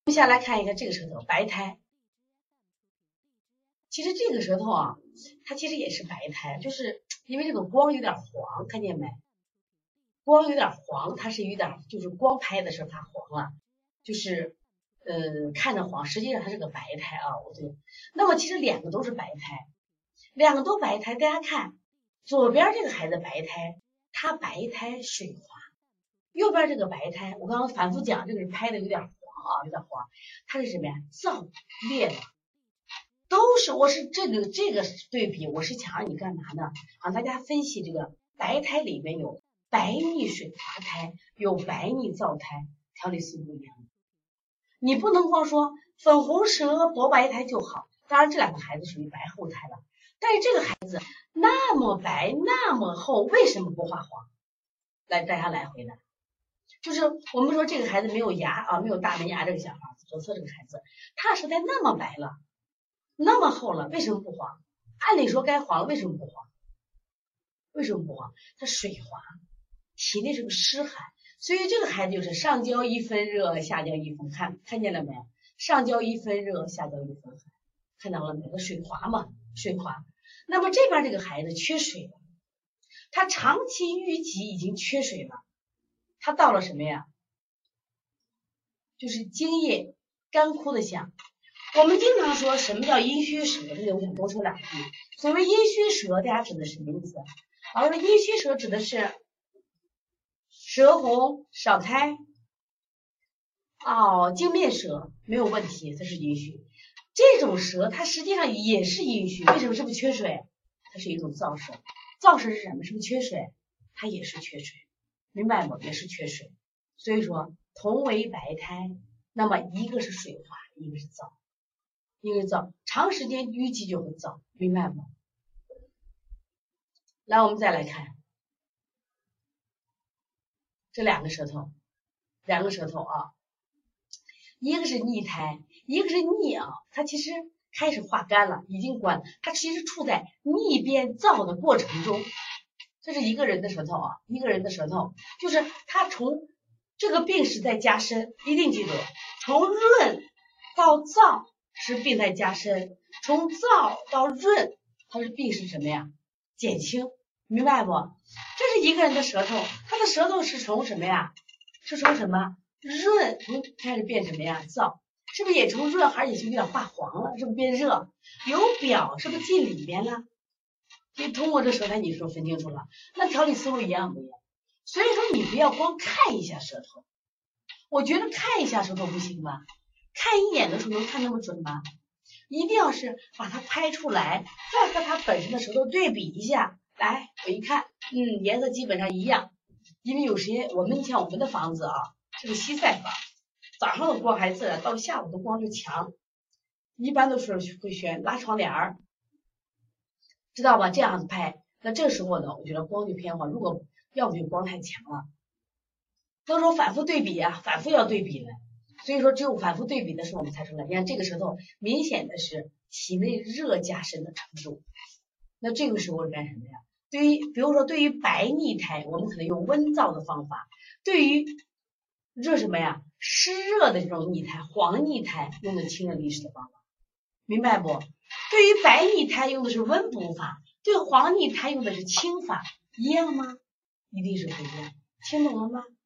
我们下来看一个这个舌头，白苔。其实这个舌头啊，它其实也是白苔，就是因为这个光有点黄，看见没？光有点黄，它是有点就是光拍的时候它黄了，就是看着黄，实际上它是个白苔啊。对，那么其实两个都是白苔，两个都白苔，大家看左边这个孩子白苔，它白苔水滑，右边这个白苔，我刚刚反复讲，这个是拍的有点黄啊，有点黄，它是什么呀？燥裂了。都是我是这个对比，我是想让你干嘛呢？让大家分析这个白苔里面有白腻水滑苔，有白腻燥苔，调理思路不一样。你不能光说粉红舌薄白苔就好，当然这两个孩子属于白厚苔了，但是这个孩子那么白那么厚，为什么不画黄？来，大家来回答。就是我们说这个孩子没有牙啊，没有大门牙，这个小孩左侧这个孩子，他实在那么白了，那么厚了，为什么不黄？按理说该黄了，为什么不黄？为什么不黄？它水滑，体内是个湿寒，所以这个孩子就是上焦一分热，下焦一分寒，看见了没有？上焦一分热，下焦一分寒，看到了没有？水滑嘛，水滑。那么这边这个孩子缺水了，他长期淤积已经缺水了，他到了什么呀？就是津液干枯的象。我们经常说什么叫阴虚舌，这个我想多说两句。所谓阴虚舌，大家指的是什么意思？老师说阴虚舌指的是舌红少苔，经面舌没有问题，它是阴虚。这种舌它实际上也是阴虚，为什么？是不是缺水？它是一种燥舌。燥舌是什么？是不是缺水？它也是缺水，明白吗？也是缺水。所以说同为白苔，那么一个是水滑，一个是燥。因为燥，长时间淤积就会燥，明白吗？来，我们再来看这两个舌头啊，一个是腻苔，一个是腻啊，它其实开始化干了，已经关，它其实处在腻变燥的过程中。这是一个人的舌头啊，一个人的舌头，就是它从这个病史在加深，一定记住，从润到燥是病在加深，从燥到润，它是病是什么呀？减轻，明白不？这是一个人的舌头，他的舌头是从什么呀？是从什么润开始变什么呀？燥，是不是也从润，而且就有点化黄了？是不是变热？由表是不是进里面了？就通过这舌苔，你说分清楚了，那调理思路一样不一样？所以说你不要光看一下舌头，我觉得看一下舌头不行吧？看一眼的时候能看那么准吗？一定要是把它拍出来，再和它本身的舌头对比一下。来，我一看，颜色基本上一样。因为有些我们像我们的房子啊，是个西晒房，早上的光还自然，到下午的光是强，一般都是会选拉窗帘儿，知道吧？这样子拍，那这个时候呢，我觉得光就偏黄，如果要不就光太强了。都说反复对比啊，反复要对比的。所以说只有反复对比的时候我们才出来，你看这个舌头明显的是体内热加深的程度，那这个时候干什么呀？比如说对于白腻苔，我们可能用温燥的方法，对于热什么呀？湿热的这种腻苔，黄腻苔用的清热利湿的方法，明白不？对于白腻苔用的是温补法，对黄腻苔用的是清法，一样吗？一定是不一样，听懂了吗？